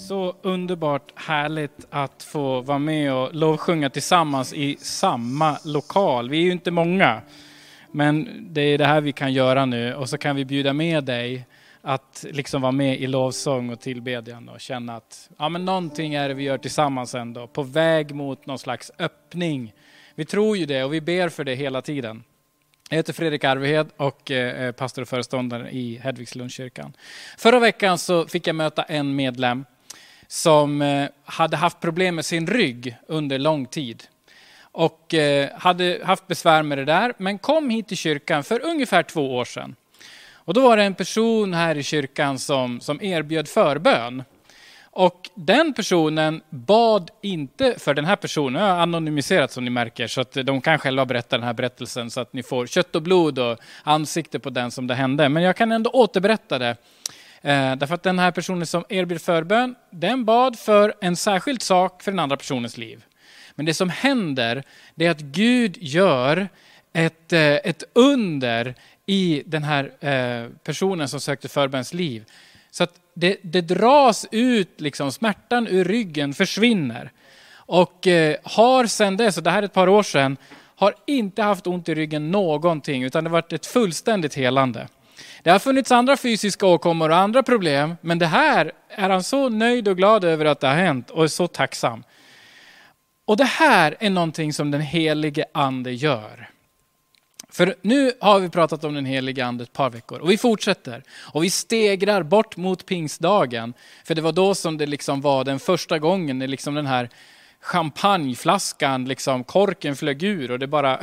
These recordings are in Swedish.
Så underbart härligt att få vara med och lovsjunga tillsammans i samma lokal. Vi är ju inte många, men det är det här vi kan göra nu. Och så kan vi bjuda med dig att liksom vara med i lovsång och tillbedjan och känna att men någonting är det vi gör tillsammans ändå. På väg mot någon slags öppning. Vi tror ju det och vi ber för det hela tiden. Jag heter Fredrik Arvehed och är pastor och föreståndare i Hedvigslundskyrkan. Förra veckan så fick jag möta en medlem som hade haft problem med sin rygg under lång tid. Och hade haft besvär med det där, men kom hit till kyrkan för ungefär 2 år sedan. Och då var det en person här i kyrkan som erbjöd förbön. Och den personen bad inte för den här personen. Jag har anonymiserat som ni märker, så att de kan själva berätta den här berättelsen så att ni får kött och blod och ansikte på den som det hände. Men jag kan ändå återberätta det. Därför att den här personen som erbjöd förbön, den bad för en särskild sak för den andra personens liv. Men det som händer, det är att Gud gör ett under i den här personen som sökte förböns liv. Så att det dras ut, liksom, smärtan ur ryggen försvinner. Och har sedan dess, och det här är ett par år sedan, har inte haft ont i ryggen någonting, utan det har varit ett fullständigt helande. Det har funnits andra fysiska åkommor och andra problem, men det här är han så nöjd och glad över att det har hänt och är så tacksam. Och det här är någonting som den helige ande gör. För nu har vi pratat om den helige ande ett par veckor och vi fortsätter. Och vi stegrar bort mot pingstdagen. För det var då som det liksom var den första gången när liksom den här champagneflaskan, liksom korken flög ur och det bara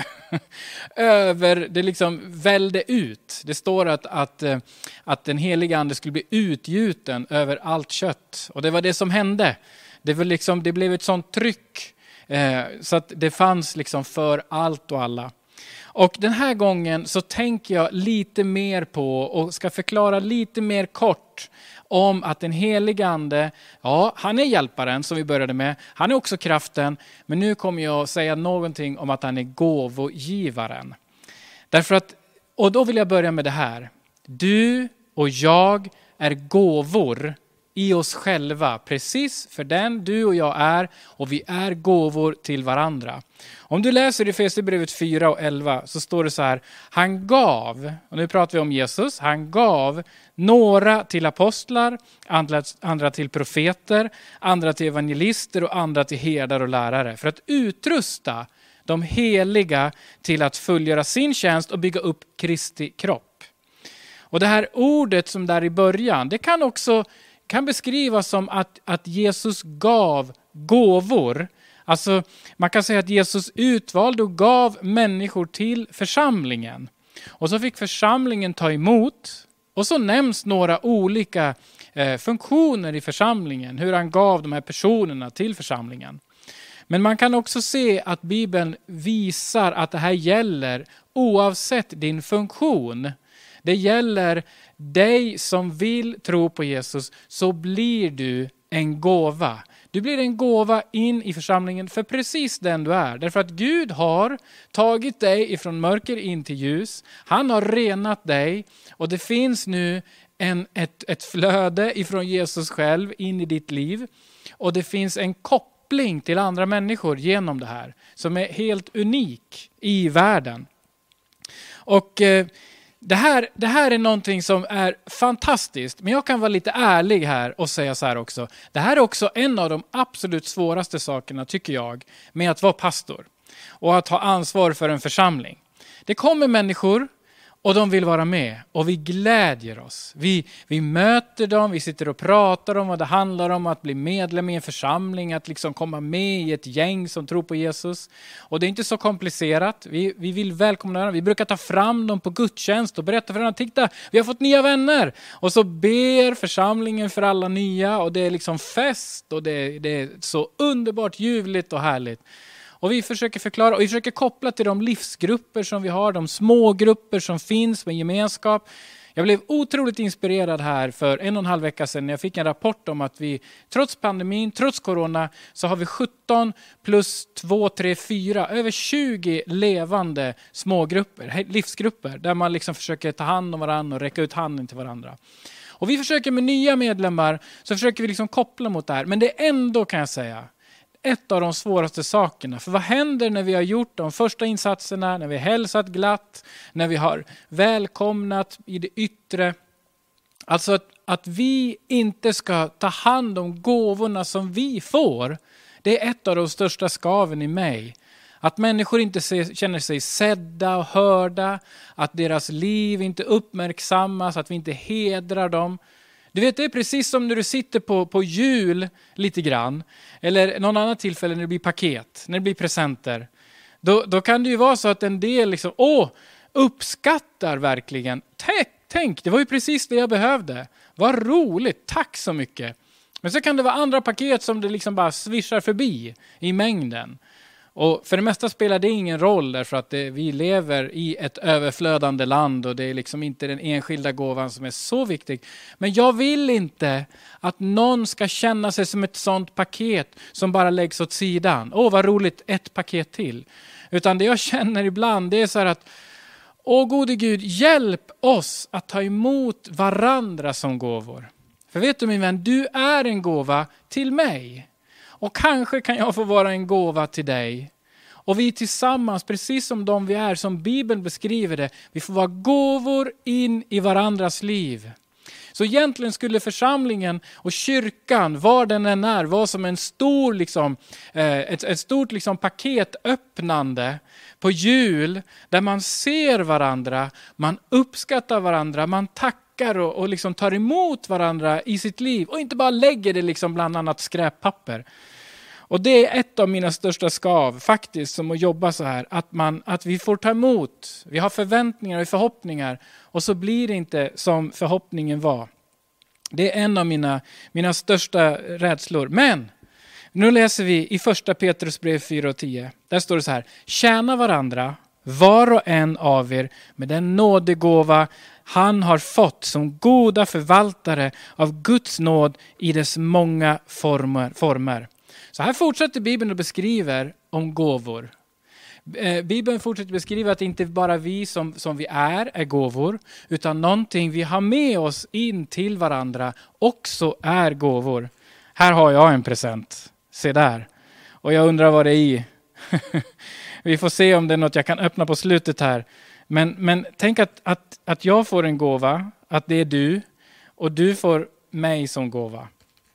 det liksom välde ut. Det står att den helige ande skulle bli utgjuten över allt kött. Och det var det som hände. Det blev ett sånt tryck så att det fanns liksom för allt och alla. Och den här gången så tänker jag lite mer på och ska förklara lite mer kort om att den helige ande, han är hjälparen som vi började med. Han är också kraften, men nu kommer jag säga någonting om att han är gåvogivaren. Därför att, och då vill jag börja med det här. Du och jag är gåvor i oss själva, precis för den du och jag är, och vi är gåvor till varandra. Om du läser i Efesierbrevet 4 och 11 så står det så här: han gav, och nu pratar vi om Jesus, han gav några till apostlar, andra till profeter, andra till evangelister och andra till herdar och lärare, för att utrusta de heliga till att fullgöra sin tjänst och bygga upp Kristi kropp. Och det här ordet som där i början, det kan beskrivas som att Jesus gav gåvor. Alltså man kan säga att Jesus utvalde och gav människor till församlingen. Och så fick församlingen ta emot. Och så nämns några olika funktioner i församlingen. Hur han gav de här personerna till församlingen. Men man kan också se att Bibeln visar att det här gäller oavsett din funktion. Det gäller dig som vill tro på Jesus, så blir du en gåva. Du blir en gåva in i församlingen för precis den du är. Därför att Gud har tagit dig ifrån mörker in till ljus. Han har renat dig och det finns nu ett flöde ifrån Jesus själv in i ditt liv. Och det finns en koppling till andra människor genom det här som är helt unik i världen. Och det här är någonting som är fantastiskt, men jag kan vara lite ärlig här och säga så här också. Det här är också en av de absolut svåraste sakerna, tycker jag, med att vara pastor och att ha ansvar för en församling. Det kommer människor och de vill vara med och vi glädjer oss. Vi möter dem, vi sitter och pratar om vad det handlar om att bli medlem i en församling, att liksom komma med i ett gäng som tror på Jesus. Och det är inte så komplicerat. Vi vill välkomna dem. Vi brukar ta fram dem på gudstjänst och berätta för dem: titta, vi har fått nya vänner. Och så ber församlingen för alla nya och det är liksom fest och det är så underbart ljuvligt och härligt. Och vi försöker förklara och vi försöker koppla till de livsgrupper som vi har, de små grupper som finns med gemenskap. Jag blev otroligt inspirerad här för 1,5 vecka sedan när jag fick en rapport om att vi trots pandemin, trots corona, så har vi 17 plus 2, 3, 4, över 20 levande smågrupper, livsgrupper, där man liksom försöker ta hand om varandra och räcka ut handen till varandra. Och vi försöker med nya medlemmar, så försöker vi liksom koppla mot det här. Men det är ändå, kan jag säga, ett av de svåraste sakerna. För vad händer när vi har gjort de första insatserna, när vi har hälsat glatt, när vi har välkomnat i det yttre? Alltså att vi inte ska ta hand om gåvorna som vi får, det är ett av de största skaven i mig. Att människor inte känner sig sedda och hörda, att deras liv inte uppmärksammas, att vi inte hedrar dem. Du vet, det är precis som när du sitter på jul lite grann, eller någon annan tillfälle när det blir paket, när det blir presenter. Då kan det ju vara så att en del liksom, uppskattar verkligen. Tänk, det var ju precis det jag behövde. Vad roligt, tack så mycket. Men så kan det vara andra paket som det liksom bara svischar förbi i mängden. Och för det mesta spelar det ingen roll, därför att vi lever i ett överflödande land och det är liksom inte den enskilda gåvan som är så viktig. Men jag vill inte att någon ska känna sig som ett sånt paket som bara läggs åt sidan. Vad roligt, ett paket till. Utan det jag känner ibland, det är så här att gode Gud, hjälp oss att ta emot varandra som gåvor. För vet du min vän, du är en gåva till mig. Och kanske kan jag få vara en gåva till dig. Och vi tillsammans, precis som de vi är, som Bibeln beskriver det, vi får vara gåvor in i varandras liv. Så egentligen skulle församlingen och kyrkan, var den än är, vara som en stor, ett stort paketöppnande på jul, där man ser varandra, man uppskattar varandra, man tackar och liksom tar emot varandra i sitt liv och inte bara lägger det liksom bland annat skräppapper. Och det är ett av mina största skav faktiskt, som att jobba så här, att vi får ta emot, vi har förväntningar och förhoppningar och så blir det inte som förhoppningen var. Det är en av mina största rädslor. Men nu läser vi i första Petrus brev 4:10. Där står det så här: tjäna varandra, var och en av er, med den nådegåva han har fått som goda förvaltare av Guds nåd i dess många former. Så här fortsätter Bibeln och beskriver om gåvor. Bibeln fortsätter beskriva att inte bara vi som vi är gåvor, utan någonting vi har med oss in till varandra också är gåvor. Här har jag en present. Se där. Och jag undrar vad det är i. Vi får se om det är något jag kan öppna på slutet här. Men tänk att jag får en gåva, att det är du, och du får mig som gåva.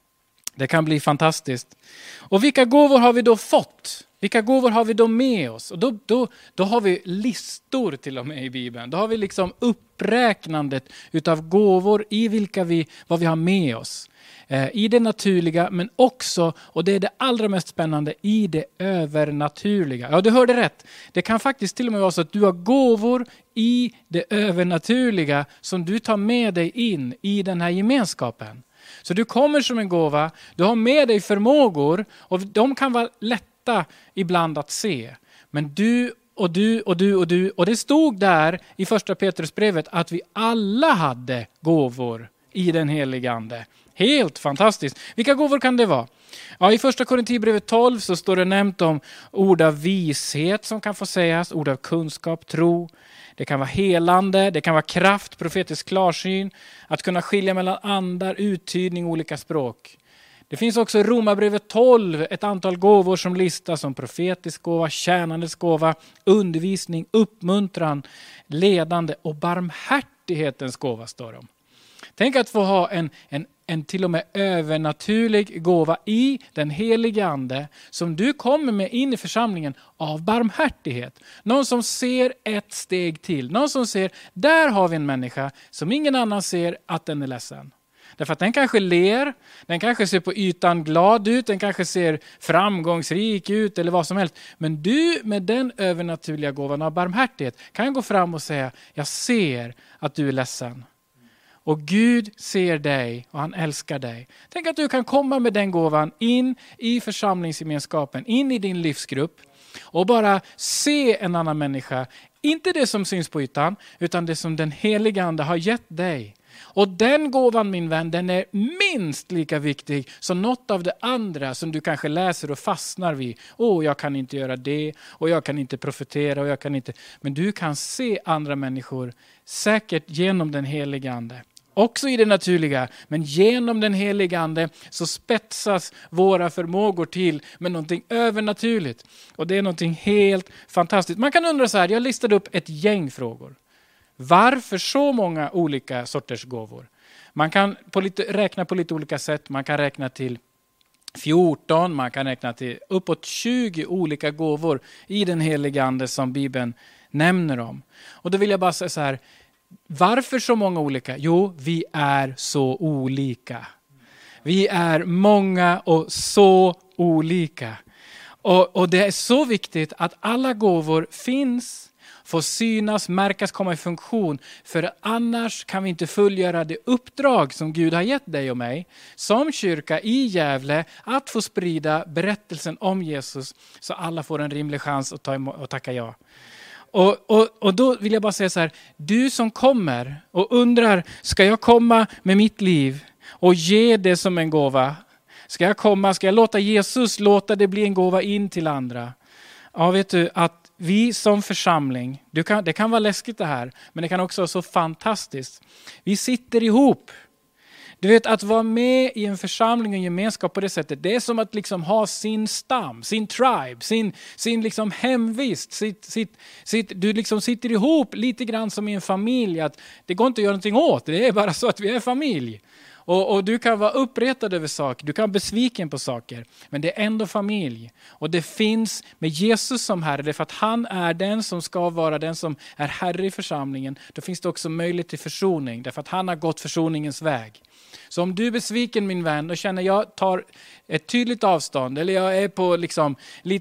Det kan bli fantastiskt. Och vilka gåvor har vi då fått? Vilka gåvor har vi då med oss? Och då har vi listor till och med i Bibeln. Då har vi liksom uppräknandet utav gåvor i vad vi har med oss. I det naturliga, men också, och det är det allra mest spännande, i det övernaturliga. Ja, du hörde rätt. Det kan faktiskt till och med vara så att du har gåvor i det övernaturliga som du tar med dig in i den här gemenskapen. Så du kommer som en gåva, du har med dig förmågor och de kan vara lätta ibland att se. Men du och du och du och du, och det stod där i första Petrusbrevet att vi alla hade gåvor i den helige ande. Helt fantastiskt. Vilka gåvor kan det vara? Ja, i första Korinthierbrevet 12 så står det nämnt om ord av vishet som kan få sägas, ord av kunskap, tro. Det kan vara helande, det kan vara kraft, profetisk klarsyn, att kunna skilja mellan andar, uttydning, olika språk. Det finns också i Romarbrevet 12 ett antal gåvor som listas som profetisk gåva, tjänandets gåva, undervisning, uppmuntran, ledande och barmhärtighetens gåva står de. Tänk att få ha en till och med övernaturlig gåva i den heliga ande som du kommer med in i församlingen av barmhärtighet. Någon som ser ett steg till. Någon som ser, där har vi en människa som ingen annan ser att den är ledsen. Därför att den kanske ler, den kanske ser på ytan glad ut, den kanske ser framgångsrik ut eller vad som helst. Men du med den övernaturliga gåvan av barmhärtighet kan gå fram och säga, jag ser att du är ledsen. Och Gud ser dig och han älskar dig. Tänk att du kan komma med den gåvan in i församlingsgemenskapen, in i din livsgrupp och bara se en annan människa. Inte det som syns på ytan, utan det som den heliga ande har gett dig. Och den gåvan, min vän, den är minst lika viktig som något av det andra som du kanske läser och fastnar vid. Jag kan inte göra det och jag kan inte profetera och jag kan inte. Men du kan se andra människor säkert genom den heliga ande. Också i det naturliga, men genom den helige ande så spetsas våra förmågor till med någonting övernaturligt. Och det är någonting helt fantastiskt. Man kan undra så här, jag listade upp ett gäng frågor. Varför så många olika sorters gåvor? Man kan räkna på lite olika sätt. Man kan räkna till 14, man kan räkna till uppåt 20 olika gåvor i den helige ande som Bibeln nämner om. Och då vill jag bara säga så här, varför så många olika? Jo, vi är så olika. Vi är många och så olika. Och det är så viktigt att alla gåvor finns, får synas, märkas, komma i funktion. För annars kan vi inte fullgöra det uppdrag som Gud har gett dig och mig som kyrka i Gävle att få sprida berättelsen om Jesus så alla får en rimlig chans att tacka ja. Och då vill jag bara säga så här, du som kommer och undrar, ska jag komma med mitt liv och ge det som en gåva? Ska jag låta Jesus låta det bli en gåva in till andra? Ja, vet du att vi som församling, det kan vara läskigt det här, men det kan också vara så fantastiskt. Vi sitter ihop. Du vet, att vara med i en församling och en gemenskap på det sättet, det är som att liksom ha sin stam, sin tribe, sin liksom hemvist. Du liksom sitter ihop lite grann som i en familj. Att det går inte att göra någonting åt, det är bara så att vi är familj. Och du kan vara uppretad över saker, du kan vara besviken på saker, men det är ändå familj. Och det finns med Jesus som herre, det är för att han är den som ska vara den som är herre i församlingen. Då finns det också möjlighet till försoning, därför att han har gått försoningens väg. Så om du är besviken min vän och känner jag tar ett tydligt avstånd, eller jag är på liksom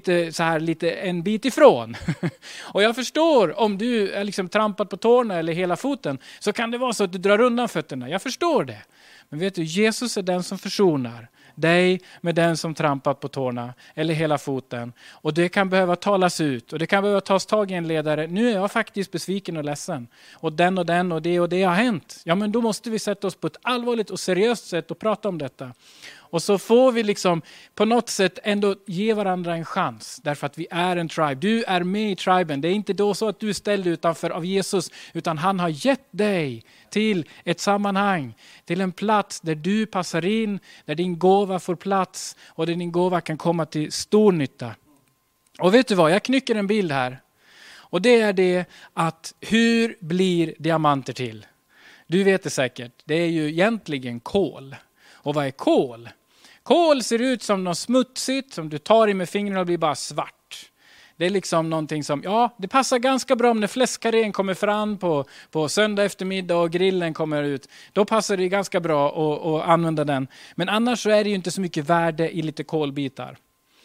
lite en bit ifrån. Och jag förstår om du är liksom trampat på tårna eller hela foten, så kan det vara så att du drar undan fötterna. Jag förstår det. Men vet du, Jesus är den som försonar dig med den som trampat på tårna eller hela foten. Och det kan behöva talas ut och det kan behöva tas tag i en ledare. Nu är jag faktiskt besviken och ledsen. Och den och det har hänt. Ja, men då måste vi sätta oss på ett allvarligt och seriöst sätt och prata om detta. Och så får vi liksom på något sätt ändå ge varandra en chans. Därför att vi är en tribe. Du är med i triben. Det är inte då så att du är ställd utanför av Jesus. Utan han har gett dig till ett sammanhang. Till en plats där du passar in. Där din gåva får plats. Och där din gåva kan komma till stor nytta. Och vet du vad? Jag knycker en bild här. Och det är det att hur blir diamanter till? Du vet det säkert. Det är ju egentligen kol. Och vad är kol? Kol ser ut som något smutsigt som du tar i med fingrarna och blir bara svart. Det är liksom någonting som, ja, det passar ganska bra om när fläskkarrén kommer fram på söndag eftermiddag och grillen kommer ut. Då passar det ganska bra att använda den. Men annars så är det ju inte så mycket värde i lite kolbitar.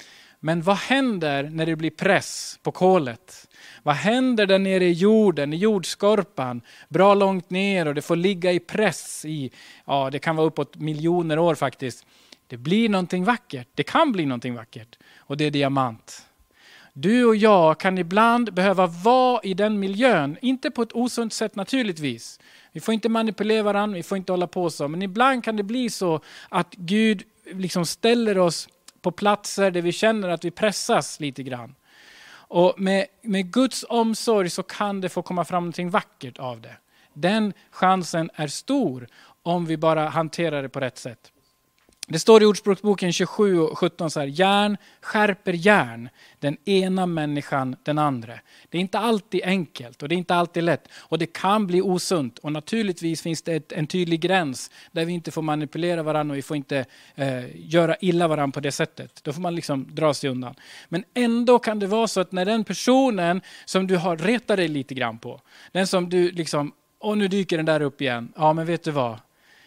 Men vad händer när det blir press på kolet? Vad händer där nere i jorden, i jordskorpan, bra långt ner och det får ligga i press i, ja det kan vara uppåt miljoner år faktiskt. Det blir någonting vackert, det kan bli någonting vackert och det är diamant. Du och jag kan ibland behöva vara i den miljön, inte på ett osunt sätt naturligtvis. Vi får inte manipulera varandra, vi får inte hålla på så, men ibland kan det bli så att Gud liksom ställer oss på platser där vi känner att vi pressas lite grann. Och med Guds omsorg så kan det få komma fram någonting vackert av det. Den chansen är stor om vi bara hanterar det på rätt sätt. Det står i Ordspråksboken 27:17 så här: järn skärper järn, den ena människan den andra. Det är inte alltid enkelt och det är inte alltid lätt och det kan bli osunt. Och naturligtvis finns det en tydlig gräns där vi inte får manipulera varandra och vi får inte göra illa varandra på det sättet. Då får man liksom dra sig undan. Men ändå kan det vara så att när den personen som du har retat dig lite grann på, den som du liksom, och nu dyker den där upp igen. Ja, men vet du vad?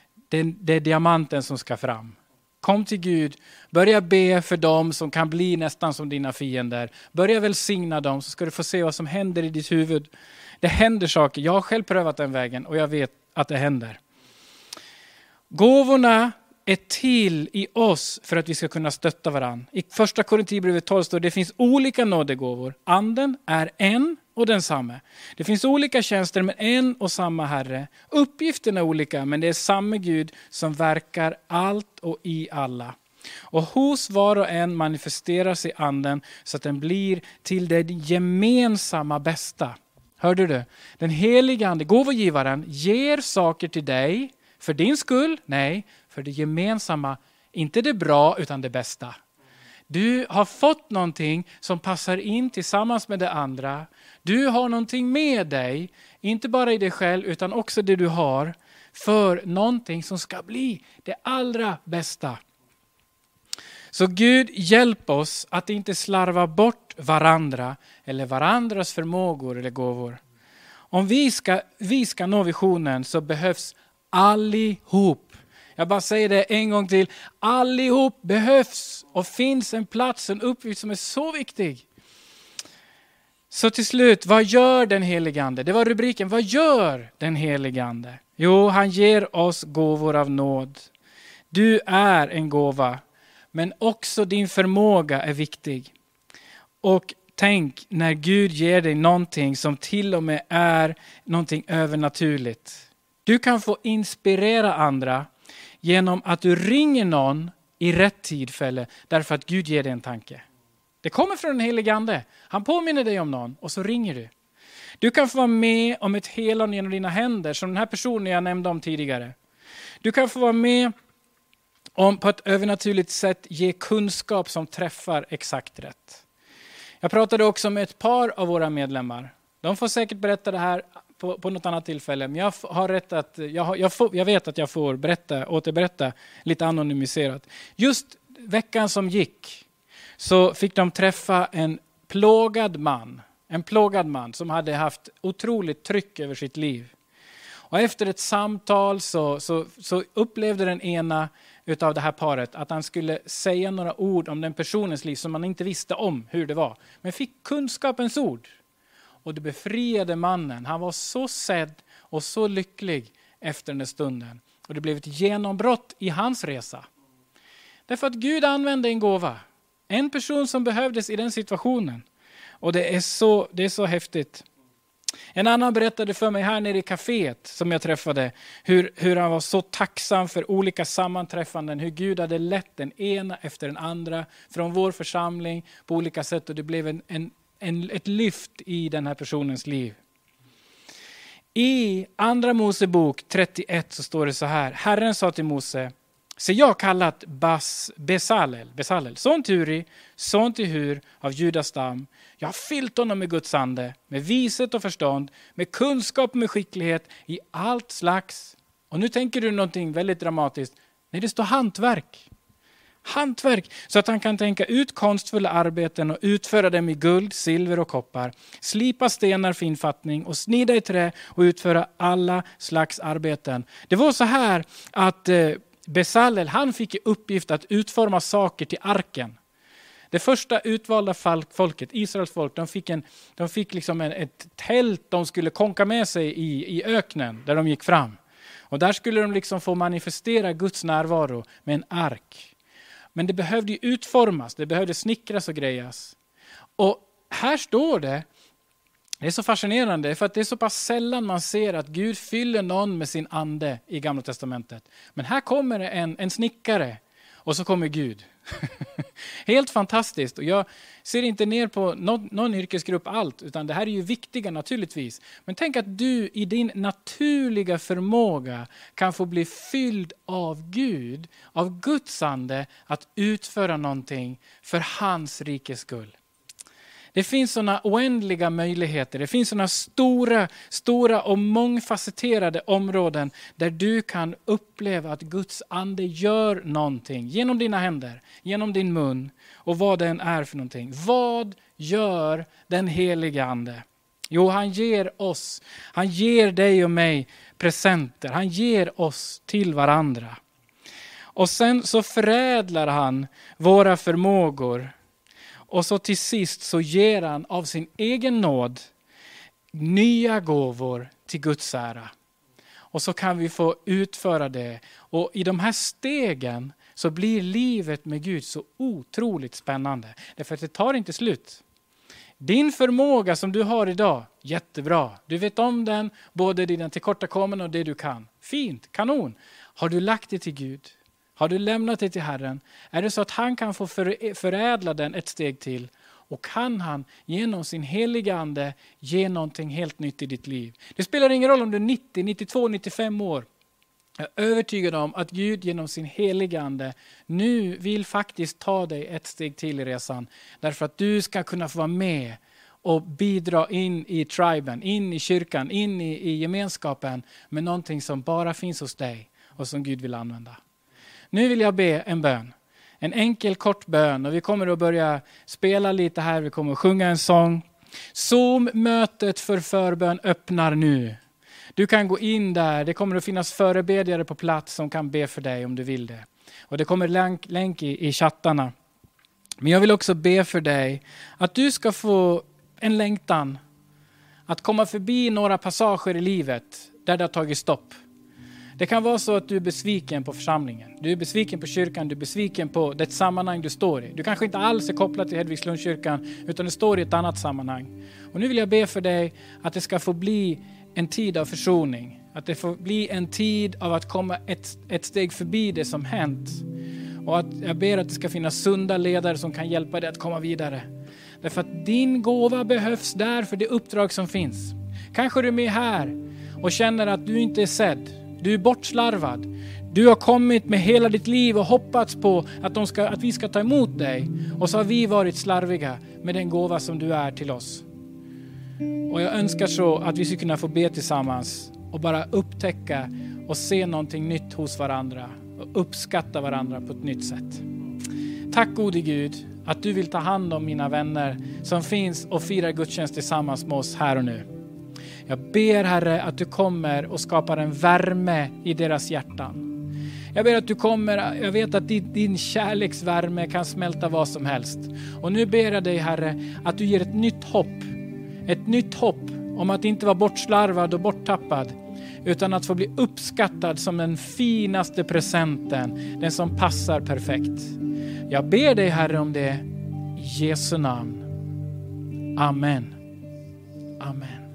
Det är diamanten som ska fram. Kom till Gud, börja be för dem som kan bli nästan som dina fiender. Börja välsigna dem så ska du få se vad som händer i ditt huvud. Det händer saker, jag har själv prövat den vägen och jag vet att det händer. Gåvorna är till i oss för att vi ska kunna stötta varandra. I första Korinthierbrevet 12 står det finns olika nådegåvor. Anden är en och densamma. Det finns olika tjänster men en och samma Herre. Uppgifterna är olika men det är samma Gud som verkar allt och i alla. Och hos var och en manifesterar sig anden så att den blir till det gemensamma bästa. Hörde du? Den heliga ande, gåvogivaren, ger saker till dig För din skull? Nej, för det gemensamma. Inte det bra utan det bästa. Du har fått någonting som passar in tillsammans med det andra. Du har någonting med dig, inte bara i dig själv utan också det du har, för någonting som ska bli det allra bästa. Så Gud, hjälp oss att inte slarva bort varandra eller varandras förmågor eller gåvor. Om vi ska nå visionen så behövs allihop. Jag bara säger det en gång till. Allihop behövs och finns en plats, en uppgift som är så viktig. Så till slut, vad gör den helige ande? Det var rubriken. Vad gör den helige ande? Jo, han ger oss gåvor av nåd. Du är en gåva, men också din förmåga är viktig. Och tänk när Gud ger dig någonting som till och med är någonting övernaturligt. Du kan få inspirera andra genom att du ringer någon i rätt tillfälle därför att Gud ger dig en tanke. Det kommer från den helige ande. Han påminner dig om någon och så ringer du. Du kan få vara med om ett helande genom dina händer som den här personen jag nämnde om tidigare. Du kan få vara med om på ett övernaturligt sätt ge kunskap som träffar exakt rätt. Jag pratade också med ett par av våra medlemmar. De får säkert berätta det här på något annat tillfälle. Men jag har rätt att jag vet att jag får återberätta lite anonymiserat. Just veckan som gick så fick de träffa en plågad man som hade haft otroligt tryck över sitt liv. Och efter ett samtal så upplevde den ena utav det här paret att han skulle säga några ord om den personens liv som man inte visste om hur det var. Men fick kunskapens ord. Och det befriade mannen. Han var så sedd och så lycklig efter den stunden. Och det blev ett genombrott i hans resa. Därför att Gud använde en gåva. En person som behövdes i den situationen. Och det är så häftigt. En annan berättade för mig här nere i kaféet som jag träffade. Hur han var så tacksam för olika sammanträffanden. Hur Gud hade lett den ena efter den andra. Från vår församling på olika sätt. Och det blev ett lyft i den här personens liv. I andra Mosebok 31 så står det så här. Herren sa till Mose. Se, jag har kallat Besalel, son till Uri, son till Hur av Judas stam. Jag har fyllt honom med Guds ande, med vishet och förstånd, med kunskap och med skicklighet i allt slags. Och nu tänker du någonting väldigt dramatiskt. Nej, det står hantverk. Hantverk, så att han kan tänka ut konstfulla arbeten och utföra dem i guld, silver och koppar. Slipa stenar för infattning och snida i trä och utföra alla slags arbeten. Det var så här att Besalel, han fick i uppgift att utforma saker till arken. Det första utvalda folket, Israels folk, de fick liksom ett tält de skulle konka med sig i öknen där de gick fram. Och där skulle de liksom få manifestera Guds närvaro med en ark. Men det behövde ju utformas, det behövde snickras och grejas. Och här står det är så fascinerande för att det är så pass sällan man ser att Gud fyller någon med sin ande i Gamla testamentet. Men här kommer det en snickare och så kommer Gud. Helt fantastiskt. Och jag ser inte ner på någon yrkesgrupp allt, utan det här är ju viktiga naturligtvis. Men tänk att du i din naturliga förmåga kan få bli fylld av Gud, av Guds ande, att utföra någonting för hans rikes skull. Det finns sådana oändliga möjligheter. Det finns sådana stora och mångfacetterade områden där du kan uppleva att Guds ande gör någonting genom dina händer, genom din mun och vad den är för någonting. Vad gör den heliga ande? Jo, han ger dig och mig presenter. Han ger oss till varandra. Och sen så förädlar han våra förmågor. Och så till sist så ger han av sin egen nåd nya gåvor till Guds ära. Och så kan vi få utföra det. Och i de här stegen så blir livet med Gud så otroligt spännande. Därför att det tar inte slut. Din förmåga som du har idag, jättebra. Du vet om den, både dina tillkortakommanden och det du kan. Fint, kanon. Har du lagt det till Gud? Har du lämnat det till Herren? Är det så att han kan få förädla den ett steg till? Och kan han genom sin heliga ande ge någonting helt nytt i ditt liv? Det spelar ingen roll om du är 90, 92, 95 år. Jag är övertygad om att Gud genom sin heliga ande nu vill faktiskt ta dig ett steg till i resan. Därför att du ska kunna få vara med och bidra in i triben, in i kyrkan, in i gemenskapen med någonting som bara finns hos dig och som Gud vill använda. Nu vill jag be en bön. En enkel kort bön och vi kommer att börja spela lite här, vi kommer att sjunga en sång. Zoom-mötet för förbön öppnar nu. Du kan gå in där, det kommer att finnas förebedjare på plats som kan be för dig om du vill det. Och det kommer länk i chattarna. Men jag vill också be för dig att du ska få en längtan att komma förbi några passager i livet där det har tagit stopp. Det kan vara så att du är besviken på församlingen. Du är besviken på kyrkan, du är besviken på det sammanhang du står i. Du kanske inte alls är kopplad till Hedvigslundskyrkan utan du står i ett annat sammanhang. Och nu vill jag be för dig att det ska få bli en tid av försoning. Att det får bli en tid av att komma ett steg förbi det som hänt. Och att jag ber att det ska finnas sunda ledare som kan hjälpa dig att komma vidare. Därför att din gåva behövs där för det uppdrag som finns. Kanske du är med här och känner att du inte är sedd. Du är bortslarvad. Du har kommit med hela ditt liv och hoppats på att vi ska ta emot dig. Och så har vi varit slarviga med den gåva som du är till oss. Och jag önskar så att vi ska kunna få be tillsammans och bara upptäcka och se någonting nytt hos varandra. Och uppskatta varandra på ett nytt sätt. Tack gode Gud att du vill ta hand om mina vänner som finns och firar gudstjänst tillsammans med oss här och nu. Jag ber Herre att du kommer och skapar en värme i deras hjärtan. Jag ber att du kommer, jag vet att din kärleksvärme kan smälta vad som helst. Och nu ber jag dig Herre att du ger ett nytt hopp. Ett nytt hopp om att inte vara bortslarvad och borttappad. Utan att få bli uppskattad som den finaste presenten. Den som passar perfekt. Jag ber dig Herre om det. I Jesu namn. Amen. Amen.